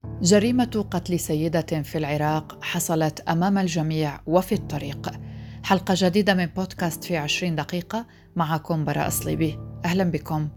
جريمة قتل سيدة في العراق حصلت أمام الجميع وفي الطريق. حلقة جديدة من بودكاست في 20 دقيقة، معكم براء صليبي. أهلا بكم.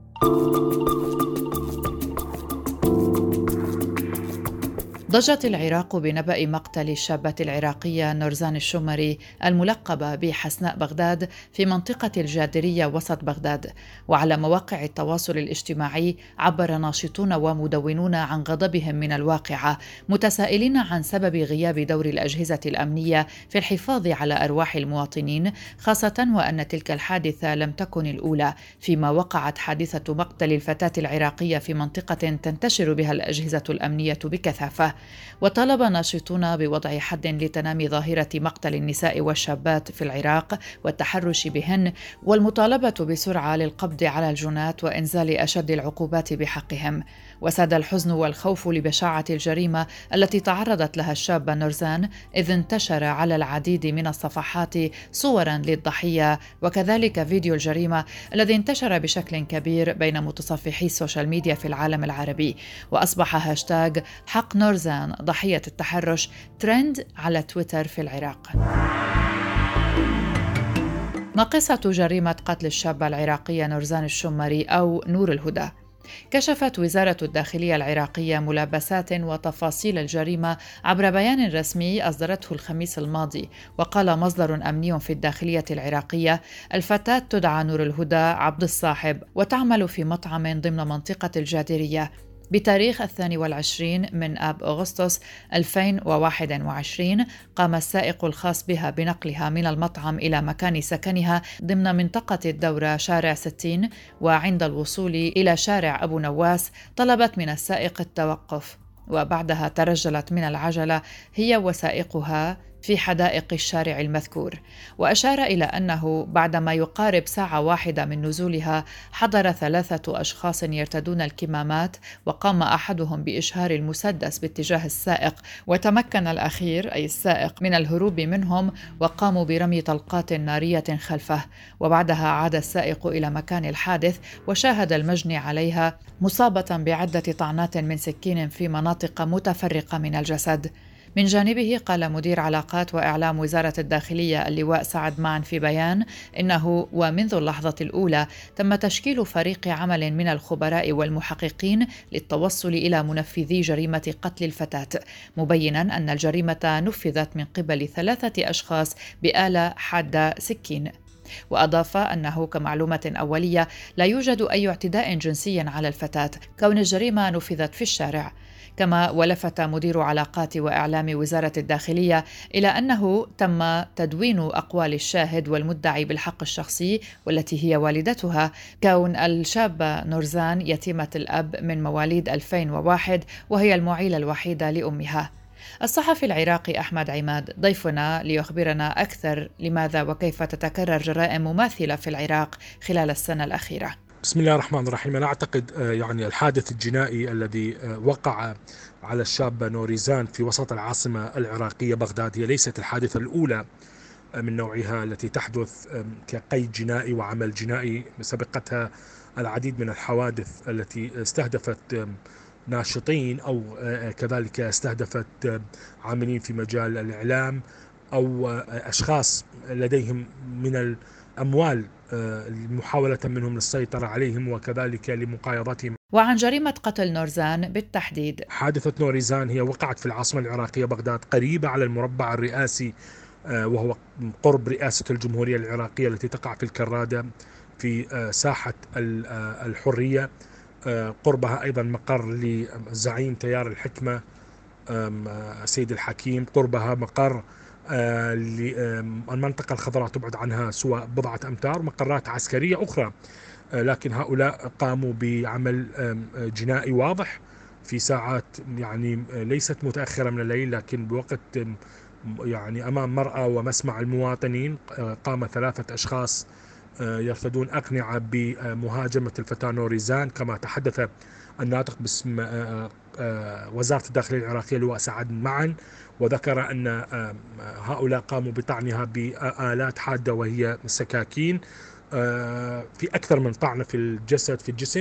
ضجت العراق بنبأ مقتل الشابة العراقية نورزان الشمري الملقبة بحسناء بغداد في منطقة الجادرية وسط بغداد، وعلى مواقع التواصل الاجتماعي عبر ناشطون ومدونون عن غضبهم من الواقعة، متسائلين عن سبب غياب دور الأجهزة الأمنية في الحفاظ على أرواح المواطنين، خاصة وأن تلك الحادثة لم تكن الأولى، فيما وقعت حادثة مقتل الفتاة العراقية في منطقة تنتشر بها الأجهزة الأمنية بكثافة. وطالب ناشطون بوضع حد لتنامي ظاهرة مقتل النساء والشابات في العراق والتحرش بهن، والمطالبة بسرعة للقبض على الجنات وإنزال أشد العقوبات بحقهم. وساد الحزن والخوف لبشاعة الجريمة التي تعرضت لها الشابة نورزان، إذ انتشر على العديد من الصفحات صوراً للضحية وكذلك فيديو الجريمة الذي انتشر بشكل كبير بين متصفحي السوشيال ميديا في العالم العربي، وأصبح هاشتاغ حق نورزان ضحية التحرش ترند على تويتر في العراق. ما قصة جريمة قتل الشابة العراقية نورزان الشمري أو نور الهدى؟ كشفت وزارة الداخلية العراقية ملابسات وتفاصيل الجريمة عبر بيان رسمي أصدرته الخميس الماضي، وقال مصدر أمني في الداخلية العراقية: الفتاة تدعى نور الهدى عبد الصاحب وتعمل في مطعم ضمن منطقة الجادرية. بتاريخ 22 من آب أغسطس 2021 قام السائق الخاص بها بنقلها من المطعم إلى مكان سكنها ضمن منطقة الدورة شارع 60، وعند الوصول إلى شارع أبو نواس طلبت من السائق التوقف، وبعدها ترجلت من العجلة هي وسائقها في حدائق الشارع المذكور. وأشار إلى أنه بعدما يقارب ساعة واحدة من نزولها حضر 3 أشخاص يرتدون الكمامات، وقام أحدهم بإشهار المسدس باتجاه السائق، وتمكن الأخير أي السائق من الهروب منهم، وقاموا برمي طلقات نارية خلفه. وبعدها عاد السائق إلى مكان الحادث وشاهد المجني عليها مصابة بعدة طعنات من سكين في مناطق متفرقة من الجسد. من جانبه قال مدير علاقات وإعلام وزارة الداخلية اللواء سعد معن في بيان إنه ومنذ اللحظة الأولى تم تشكيل فريق عمل من الخبراء والمحققين للتوصل إلى منفذي جريمة قتل الفتاة، مبينا أن الجريمة نفذت من قبل 3 أشخاص بآلة حادة سكين. وأضاف أنه كمعلومة أولية لا يوجد أي اعتداء جنسي على الفتاة، كون الجريمة نفذت في الشارع. كما ولفت مدير علاقات وإعلام وزارة الداخلية إلى أنه تم تدوين أقوال الشاهد والمدعي بالحق الشخصي والتي هي والدتها، كون الشابة نورزان يتيمة الأب من مواليد 2001 وهي المعيلة الوحيدة لأمها. الصحفي العراقي أحمد عماد ضيفنا ليخبرنا أكثر لماذا وكيف تتكرر جرائم مماثلة في العراق خلال السنة الأخيرة. بسم الله الرحمن الرحيم. أنا أعتقد الحادث الجنائي الذي وقع على الشابة نوريزان في وسط العاصمة العراقية بغداد هي ليست الحادثة الأولى من نوعها التي تحدث كقيد جنائي وعمل جنائي. سبقتها العديد من الحوادث التي استهدفت ناشطين أو كذلك استهدفت عاملين في مجال الإعلام أو أشخاص لديهم من الأموال محاولة منهم للسيطرة عليهم وكذلك لمقايضتهم. وعن جريمة قتل نورزان بالتحديد، حادثة نوريزان هي وقعت في العاصمة العراقية بغداد قريبة على المربع الرئاسي، وهو قرب رئاسة الجمهورية العراقية التي تقع في الكرادة في ساحة الحرية. قربها أيضا مقر لزعيم تيار الحكمة سيد الحكيم، قربها مقر المنطقة الخضراء تبعد عنها سوى بضعة أمتار مقرات عسكرية أخرى. لكن هؤلاء قاموا بعمل جنائي واضح في ساعات ليست متأخرة من الليل، لكن بوقت أمام مرأى ومسمع المواطنين قام 3 أشخاص يرتدون أقنعة بمهاجمة الفتاة نوريزان، كما تحدث الناطق باسم وزارة الداخلية العراقية اللواء سعد معا، وذكر أن هؤلاء قاموا بطعنها بآلات حادة وهي سكاكين في أكثر من طعنة في الجسم.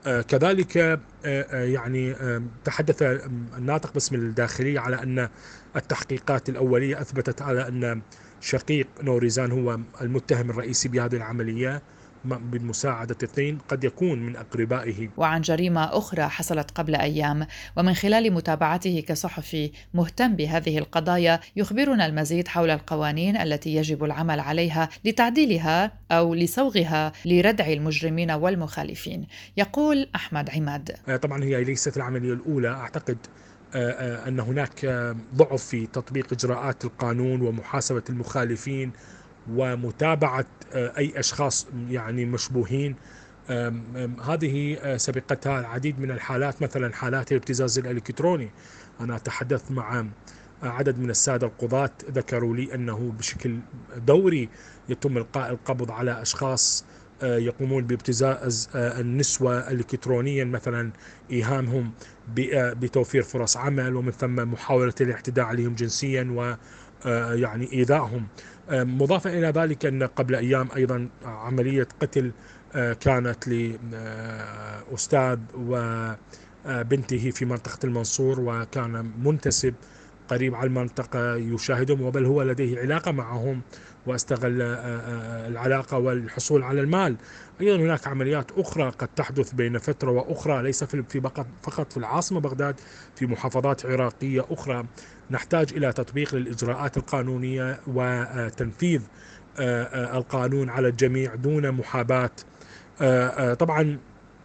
كذلك يعني تحدث الناطق باسم الداخلية على أن التحقيقات الأولية أثبتت على أن شقيق نوريزان هو المتهم الرئيسي بهذه العملية بمساعدة اثنين قد يكون من أقربائه. وعن جريمة أخرى حصلت قبل أيام، ومن خلال متابعته كصحفي مهتم بهذه القضايا يخبرنا المزيد حول القوانين التي يجب العمل عليها لتعديلها أو لصوغها لردع المجرمين والمخالفين. يقول أحمد عماد: طبعا هي ليست العملية الأولى، أعتقد أن هناك ضعف في تطبيق إجراءات القانون ومحاسبة المخالفين ومتابعة أي أشخاص يعني مشبوهين. هذه سبقتها العديد من الحالات، مثلا حالات الابتزاز الإلكتروني. أنا تحدثت مع عدد من السادة القضاة، ذكروا لي أنه بشكل دوري يتم إلقاء القبض على أشخاص يقومون بابتزاز النسوة إلكترونيا، مثلا إيهامهم بتوفير فرص عمل، ومن ثم محاولة الاعتداء عليهم جنسيا ويعني إيذائهم. مضافا إلى ذلك أن قبل أيام أيضا عملية قتل كانت لأستاذ وبنته في منطقة المنصور، وكان منتسب قريب على المنطقة يشاهدهم، وبل هو لديه علاقة معهم واستغل العلاقة والحصول على المال. أيضا هناك عمليات أخرى قد تحدث بين فترة وأخرى، ليس فقط في العاصمة بغداد، في محافظات عراقية أخرى. نحتاج إلى تطبيق للإجراءات القانونية وتنفيذ القانون على الجميع دون محاباة. طبعا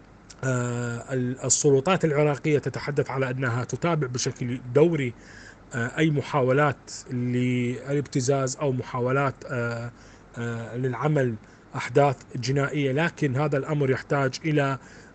السلطات العراقية تتحدث على أنها تتابع بشكل دوري أي محاولات للابتزاز أو محاولات للعمل أحداث جنائية، لكن هذا الأمر يحتاج إلى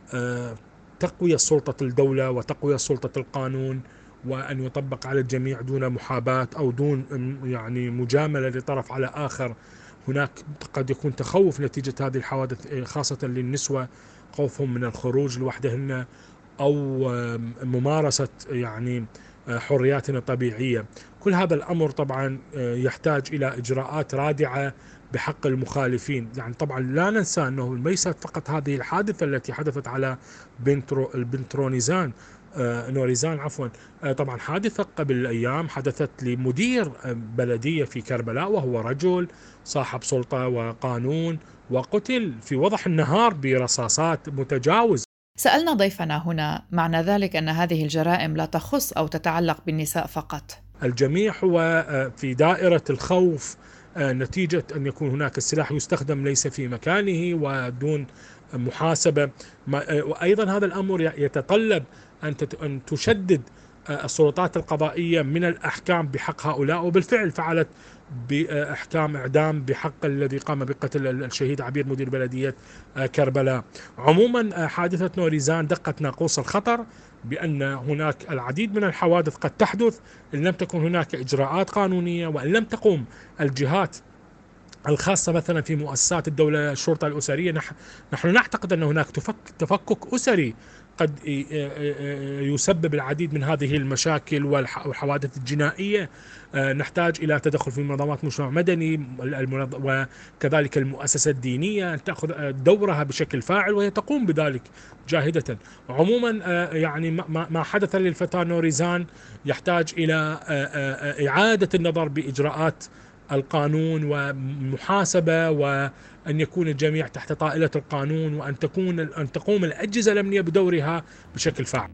تقوية سلطة الدولة وتقوية سلطة القانون، وأن يطبق على الجميع دون محاباة أو دون يعني مجاملة لطرف على آخر. هناك قد يكون تخوف نتيجة هذه الحوادث، خاصة للنسوة، خوفهم من الخروج لوحدهن أو ممارسة يعني حرياتنا الطبيعية. كل هذا الأمر طبعا يحتاج إلى إجراءات رادعة بحق المخالفين. يعني طبعا لا ننسى أنه ليست فقط هذه الحادثة التي حدثت على بنت نوريزان عفوا. طبعا حادثة قبل أيام حدثت لمدير بلدية في كربلاء، وهو رجل صاحب سلطة وقانون، وقتل في وضح النهار برصاصات متجاوز. سألنا ضيفنا هنا: معنى ذلك أن هذه الجرائم لا تخص أو تتعلق بالنساء فقط؟ الجميع هو في دائرة الخوف نتيجة أن يكون هناك السلاح يستخدم ليس في مكانه ودون محاسبة. وأيضا هذا الأمر يتطلب أن تشدد السلطات القضائية من الأحكام بحق هؤلاء، وبالفعل فعلت بإحكام إعدام بحق الذي قام بقتل الشهيد عبير مدير بلدية كربلاء. عموما حادثة نوريزان دقت ناقوس الخطر بأن هناك العديد من الحوادث قد تحدث إن لم تكن هناك إجراءات قانونية، وإن لم تقوم الجهات الخاصة مثلا في مؤسسات الدولة، الشرطة الأسرية. نحن نعتقد أن هناك تفكك أسري قد يسبب العديد من هذه المشاكل والحوادث الجنائية. نحتاج إلى تدخل في منظمات مجتمع مدني وكذلك المؤسسة الدينية أن تأخذ دورها بشكل فاعل، وهي تقوم بذلك جاهدة. عموما يعني ما حدث للفتاة نوريزان يحتاج إلى إعادة النظر بإجراءات القانون ومحاسبة، وأن يكون الجميع تحت طائلة القانون، وأن تقوم الأجهزة الأمنية بدورها بشكل فاعل.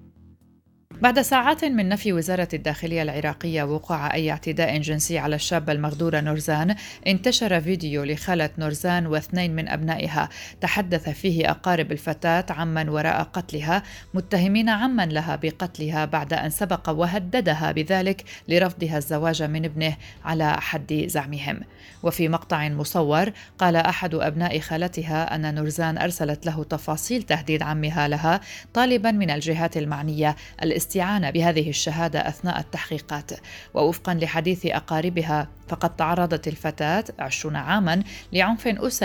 بعد ساعات من نفي وزارة الداخلية العراقية وقوع أي اعتداء جنسي على الشابة المغدورة نورزان، انتشر فيديو لخالة نورزان واثنين من أبنائها تحدث فيه أقارب الفتاة عمن وراء قتلها، متهمين عمن لها بقتلها بعد أن سبق وهددها بذلك لرفضها الزواج من ابنه على حد زعمهم. وفي مقطع مصور قال أحد أبناء خالتها أن نورزان أرسلت له تفاصيل تهديد عمها لها، طالبا من الجهات المعنية الاستعانة بهذه الشهادة أثناء التحقيقات. ووفقا لحديث أقاربها فقد تعرضت الفتاة 20 عاما لعنف أسري،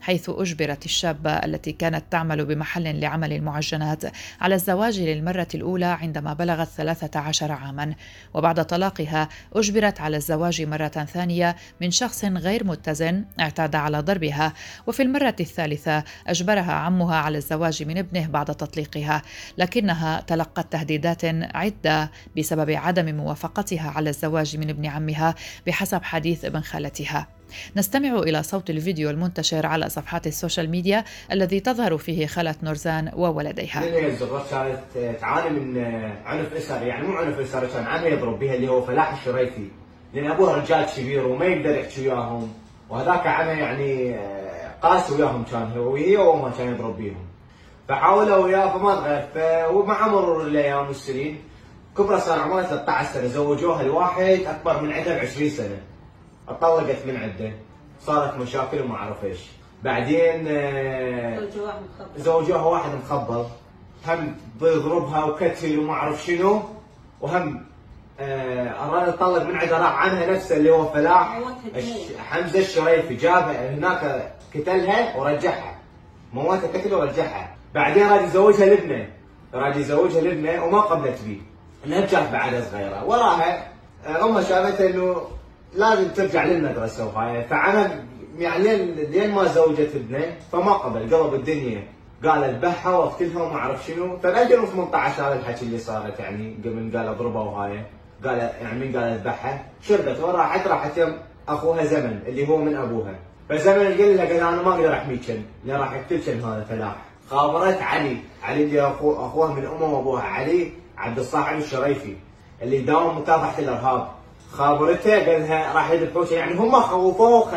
حيث أجبرت الشابة التي كانت تعمل بمحل لعمل المعجنات على الزواج للمرة الأولى عندما بلغت 13 عاماً، وبعد طلاقها أجبرت على الزواج مرة ثانية من شخص غير متزن اعتاد على ضربها، وفي المرة الثالثة أجبرها عمها على الزواج من ابنه بعد تطليقها، لكنها تلقت تهديدات عدة بسبب عدم موافقتها على الزواج من ابن عمها بحسب حديث ابن خالتها. نستمع إلى صوت الفيديو المنتشر على صفحات السوشيال ميديا الذي تظهر فيه خالة نورزان وولديها. هي الزغرة كانت تعاني من عنف أسري، يعني مو عنف أسري، كان عمها يضرب بها اللي هو فلاح الشريفي، لأن أبوها رجال كبير وما يقدر يحكي وياهم، وهذاك عمها يعني قاسي وياهم، كان وهي وأمها كان يضرب بيهم، فحاولوا وياه فما تغير. ومع مرور الأيام والسنين كبرى صار عمرها 13 سنة، زوجوها لواحد أكبر من عندها ب20 سنة، طلقت من عنده، صارت مشاكل وما اعرف ايش. بعدين زوجوها واحد مخبل، هم بيضربها وكتل وما اعرف شنو، وهم اراد يطلق من عنده، راح عنها نفسه اللي هو فلاح حمزه الشريفي، جابها هناك قتلها ورجعها، موتها قتل ورجعها. بعدين راد يزوجها لابنه، وما قبلت به، انها جات بعدها صغيره. وراها امها شافت انه لازم ترجع للمدرسه وهاي، فعمل يعني لين ما زوجت ابنه فما قبل، قلب الدنيا، قال اذبحها واقتلها وما اعرف شنو. ف 2018 هذا الحكي اللي صارت، يعني قبل قال اضربها وهاي، قال يعني من قال اذبحها، شربت راحت يم اخوها زمن اللي هو من ابوها، فزمن قال لها انا ما اقدر احميكن، اللي راح اقتلكن هذا فلاح. خابرت علي اللي اخوها من امه وابوها، علي عبد الصاحب الشريفي اللي يداوم مكافحه الارهاب، خابرته قال لها راح يذبحوك، يعني هم خوفوه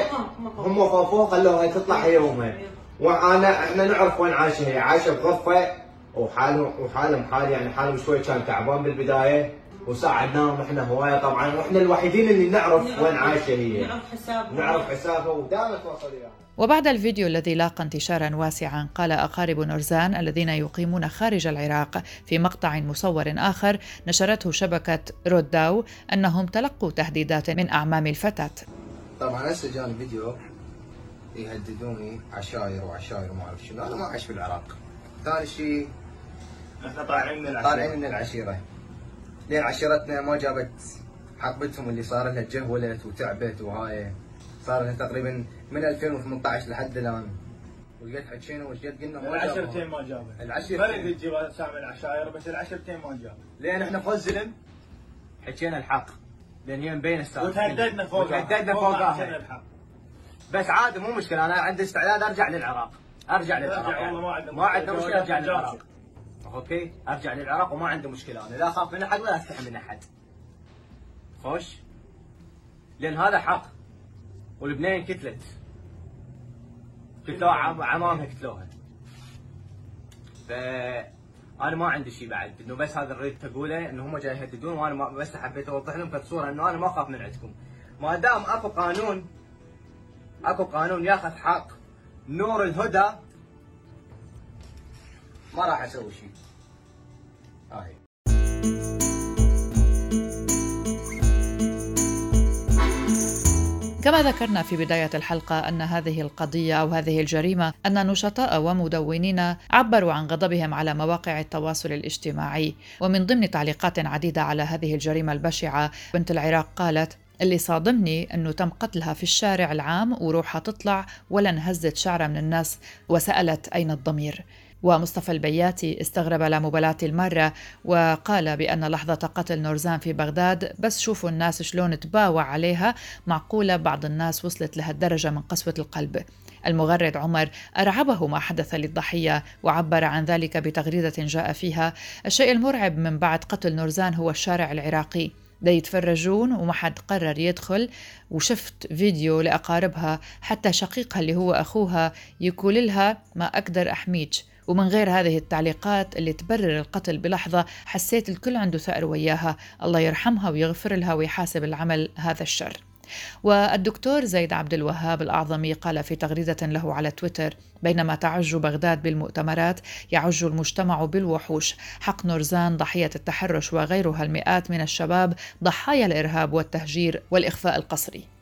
خلوها تطلع هي وامها. احنا نعرف وين عايشه، هي عايشه بغرفه وحالهم حال، يعني حالهم شوي كان تعبان بالبدايه، وساعدناهم احنا هوايه طبعا، واحنا الوحيدين اللي نعرف وين عايشه هي، نعرف حسابها ودائما تواصل وياها. وبعد الفيديو الذي لاقى انتشارا واسعا، قال أقارب نورزان الذين يقيمون خارج العراق في مقطع مصور آخر نشرته شبكة روداو أنهم تلقوا تهديدات من أعمام الفتاة. طبعا هسه جاني فيديو يهددوني عشاير وما اعرف شنو، انا ما اعيش في العراق. ثاني شيء احنا طالعين من العشيره، لين عشيرتنا ما جابت حقبتهم اللي صار لها، تجهولت وتعبت وهاي، صار لها تقريبا من 2018 لحد الان، وقد حكينا وقد قلنا ما جابوا. العشرتين ما جابوا، فرق تجيب اسامي العشاير، بس العشرتين ما جابوا، لان احنا فوق الزلم حكينا الحق، لان هي مبين استاذ وتهددنا فوقها، بس عادي مو مشكله، انا عندي استعداد ارجع للعراق، يعني ما عندنا مشكله ارجع للعراق، اوكي، ارجع للعراق وما عندي مشكله، انا لا اخاف من احد ولا استحي من احد، خوش، لان هذا حق. والبنين كتلوها عمامها كتلوها، فانا ما عندي شيء بعد، انه بس هذا اللي اريد اقوله، انه هم جاي يهددون، وانا بس حبيت اوضح لهم كصوره انه انا ما اخاف من عندكم، ما دام اكو قانون ياخذ حق نور الهدى، ما راح اسوي شيء. هاي كما ذكرنا في بداية الحلقة أن هذه القضية أو هذه الجريمة أن نشطاء ومدونين عبروا عن غضبهم على مواقع التواصل الاجتماعي، ومن ضمن تعليقات عديدة على هذه الجريمة البشعة بنت العراق قالت: اللي صادمني أنه تم قتلها في الشارع العام وروحها تطلع ولا انهزت شعرة من الناس، وسألت أين الضمير؟ ومصطفى البياتي استغرب لا مبالاة المرة وقال بأن لحظة قتل نورزان في بغداد بس شوفوا الناس شلون تباوع عليها، معقولة بعض الناس وصلت لهالدرجة من قسوة القلب. المغرد عمر أرعبه ما حدث للضحية، وعبر عن ذلك بتغريدة جاء فيها: الشيء المرعب من بعد قتل نورزان هو الشارع العراقي، دا يتفرجون وما حد قرر يدخل، وشفت فيديو لأقاربها حتى شقيقها اللي هو أخوها يقول لها ما أقدر أحميك. ومن غير هذه التعليقات اللي تبرر القتل بلحظة حسيت الكل عنده ثأر وياها، الله يرحمها ويغفر لها ويحاسب العمل هذا الشر. والدكتور زيد عبد الوهاب الأعظمي قال في تغريدة له على تويتر: بينما تعج بغداد بالمؤتمرات يعج المجتمع بالوحوش، حق نورزان ضحية التحرش وغيرها المئات من الشباب ضحايا الإرهاب والتهجير والإخفاء القسري.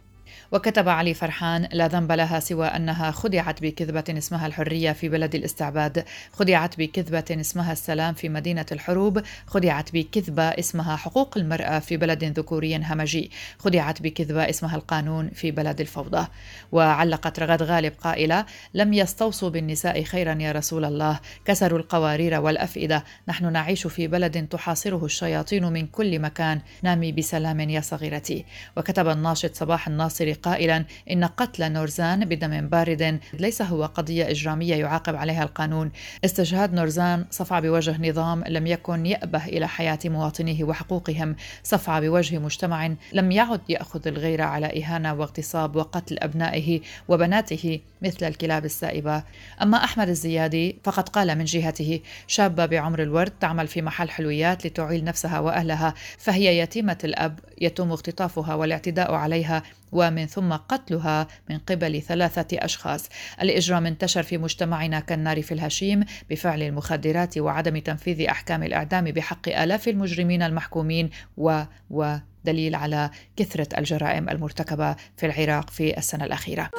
وكتب علي فرحان: لا ذنب لها سوى أنها خدعت بكذبة اسمها الحرية في بلد الاستعباد، خدعت بكذبة اسمها السلام في مدينة الحروب، خدعت بكذبة اسمها حقوق المرأة في بلد ذكوري همجي، خدعت بكذبة اسمها القانون في بلد الفوضى. وعلقت رغد غالب قائلة: لم يستوصوا بالنساء خيرا يا رسول الله، كسروا القوارير والأفئدة، نحن نعيش في بلد تحاصره الشياطين من كل مكان، نامي بسلام يا صغيرتي. وكتب الناشط صباح الناصري قائلا: إن قتل نورزان بدم بارد ليس هو قضية إجرامية يعاقب عليها القانون، استشهاد نورزان صفعة بوجه نظام لم يكن يأبه إلى حياة مواطنيه وحقوقهم، صفعة بوجه مجتمع لم يعد يأخذ الغير على إهانة واغتصاب وقتل أبنائه وبناته مثل الكلاب السائبة. أما أحمد الزيادي فقد قال من جهته: شابة بعمر الورد تعمل في محل حلويات لتعيل نفسها وأهلها، فهي يتيمة الأب، يتم اختطافها والاعتداء عليها ومن ثم قتلها من قبل 3 أشخاص. الإجرام انتشر في مجتمعنا كالنار في الهشيم بفعل المخدرات وعدم تنفيذ أحكام الإعدام بحق آلاف المجرمين المحكومين ودليل على كثرة الجرائم المرتكبة في العراق في السنة الأخيرة.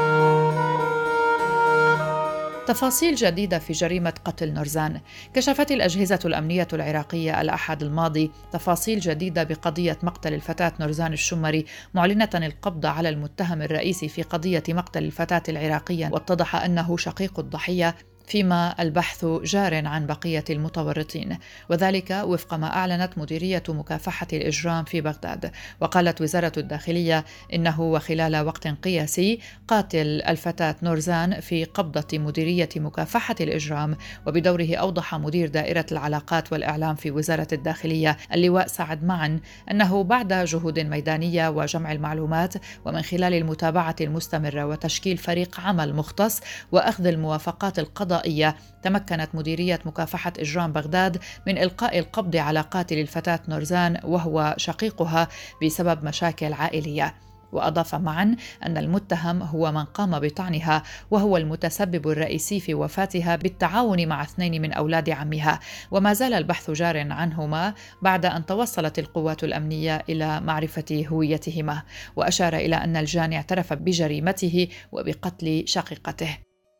تفاصيل جديدة في جريمة قتل نورزان. كشفت الأجهزة الأمنية العراقية الأحد الماضي تفاصيل جديدة بقضية مقتل الفتاة نورزان الشمري، معلنة القبض على المتهم الرئيسي في قضية مقتل الفتاة العراقية، واتضح أنه شقيق الضحية، فيما البحث جار عن بقية المتورطين، وذلك وفق ما أعلنت مديرية مكافحة الإجرام في بغداد. وقالت وزارة الداخلية إنه وخلال وقت قياسي قاتل الفتاة نورزان في قبضة مديرية مكافحة الإجرام. وبدوره أوضح مدير دائرة العلاقات والإعلام في وزارة الداخلية اللواء سعد معن أنه بعد جهود ميدانية وجمع المعلومات ومن خلال المتابعة المستمرة وتشكيل فريق عمل مختص وأخذ الموافقات القضائية، تمكنت مديرية مكافحة إجرام بغداد من إلقاء القبض على قاتل الفتاة نورزان وهو شقيقها بسبب مشاكل عائلية. وأضاف معا أن المتهم هو من قام بطعنها، وهو المتسبب الرئيسي في وفاتها بالتعاون مع 2 من أولاد عمها، وما زال البحث جار عنهما بعد أن توصلت القوات الأمنية إلى معرفة هويتهما. وأشار إلى أن الجاني اعترف بجريمته وبقتل شقيقته.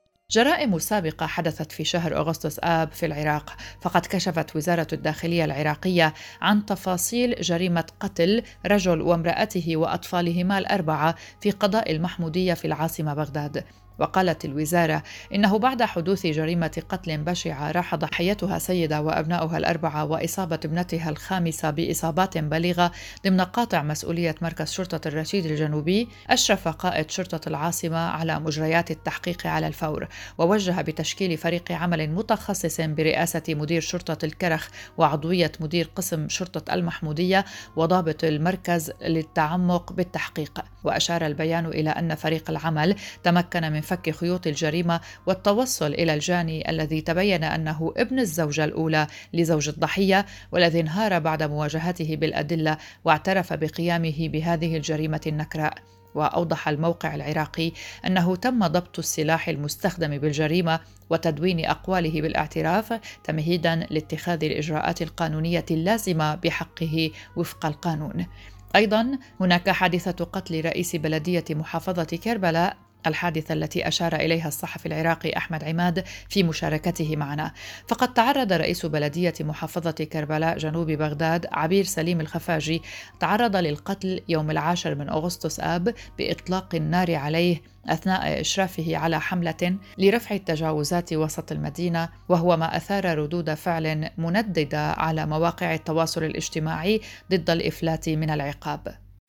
جرائم سابقة حدثت في شهر أغسطس آب في العراق، فقد كشفت وزارة الداخلية العراقية عن تفاصيل جريمة قتل رجل وامرأته وأطفالهما ال4 في قضاء المحمودية في العاصمة بغداد. وقالت الوزارة إنه بعد حدوث جريمة قتل بشعة راح ضحيتها سيدة وأبناؤها ال4 وإصابة ابنتها ال5 بإصابات بليغة ضمن قاطع مسؤولية مركز شرطة الرشيد الجنوبي، أشرف قائد شرطة العاصمة على مجريات التحقيق على الفور، ووجه بتشكيل فريق عمل متخصص برئاسة مدير شرطة الكرخ وعضوية مدير قسم شرطة المحمودية وضابط المركز للتعمق بالتحقيق. وأشار البيان إلى أن فريق العمل تمكن من فك خيوط الجريمة والتوصل إلى الجاني الذي تبين أنه ابن الزوجة الأولى لزوج الضحية، والذي انهار بعد مواجهته بالأدلة واعترف بقيامه بهذه الجريمة النكراء. وأوضح الموقع العراقي أنه تم ضبط السلاح المستخدم بالجريمة وتدوين أقواله بالاعتراف تمهيداً لاتخاذ الإجراءات القانونية اللازمة بحقه وفق القانون. أيضاً هناك حادثة قتل رئيس بلدية محافظة كربلاء، الحادثة التي أشار إليها الصحفي العراقي أحمد عماد في مشاركته معنا. فقد تعرض رئيس بلدية محافظة كربلاء جنوب بغداد عبير سليم الخفاجي تعرض للقتل يوم 10 من أغسطس آب بإطلاق النار عليه أثناء إشرافه على حملة لرفع التجاوزات وسط المدينة، وهو ما أثار ردود فعل منددة على مواقع التواصل الاجتماعي ضد الإفلات من العقاب.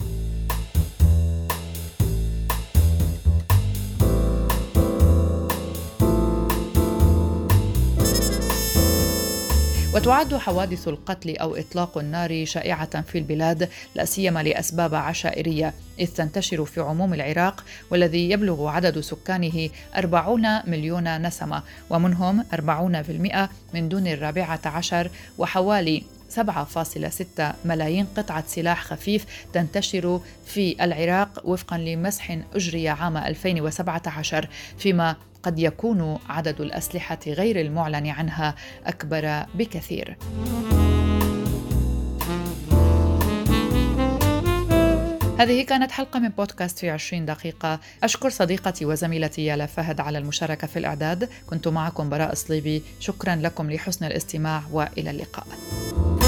وتعد حوادث القتل أو إطلاق النار شائعة في البلاد، لا سيما لأسباب عشائرية، إذ تنتشر في عموم العراق والذي يبلغ عدد سكانه 40 مليون نسمة، ومنهم 40% من دون 14، وحوالي 7.6 ملايين قطعة سلاح خفيف تنتشر في العراق وفقاً لمسح أجري عام 2017، فيما قد يكون عدد الأسلحة غير المعلن عنها أكبر بكثير. هذه كانت حلقة من بودكاست في 20 دقيقة. أشكر صديقتي وزميلتي يالا فهد على المشاركة في الإعداد. كنت معكم براء صليبي. شكرا لكم لحسن الاستماع وإلى اللقاء.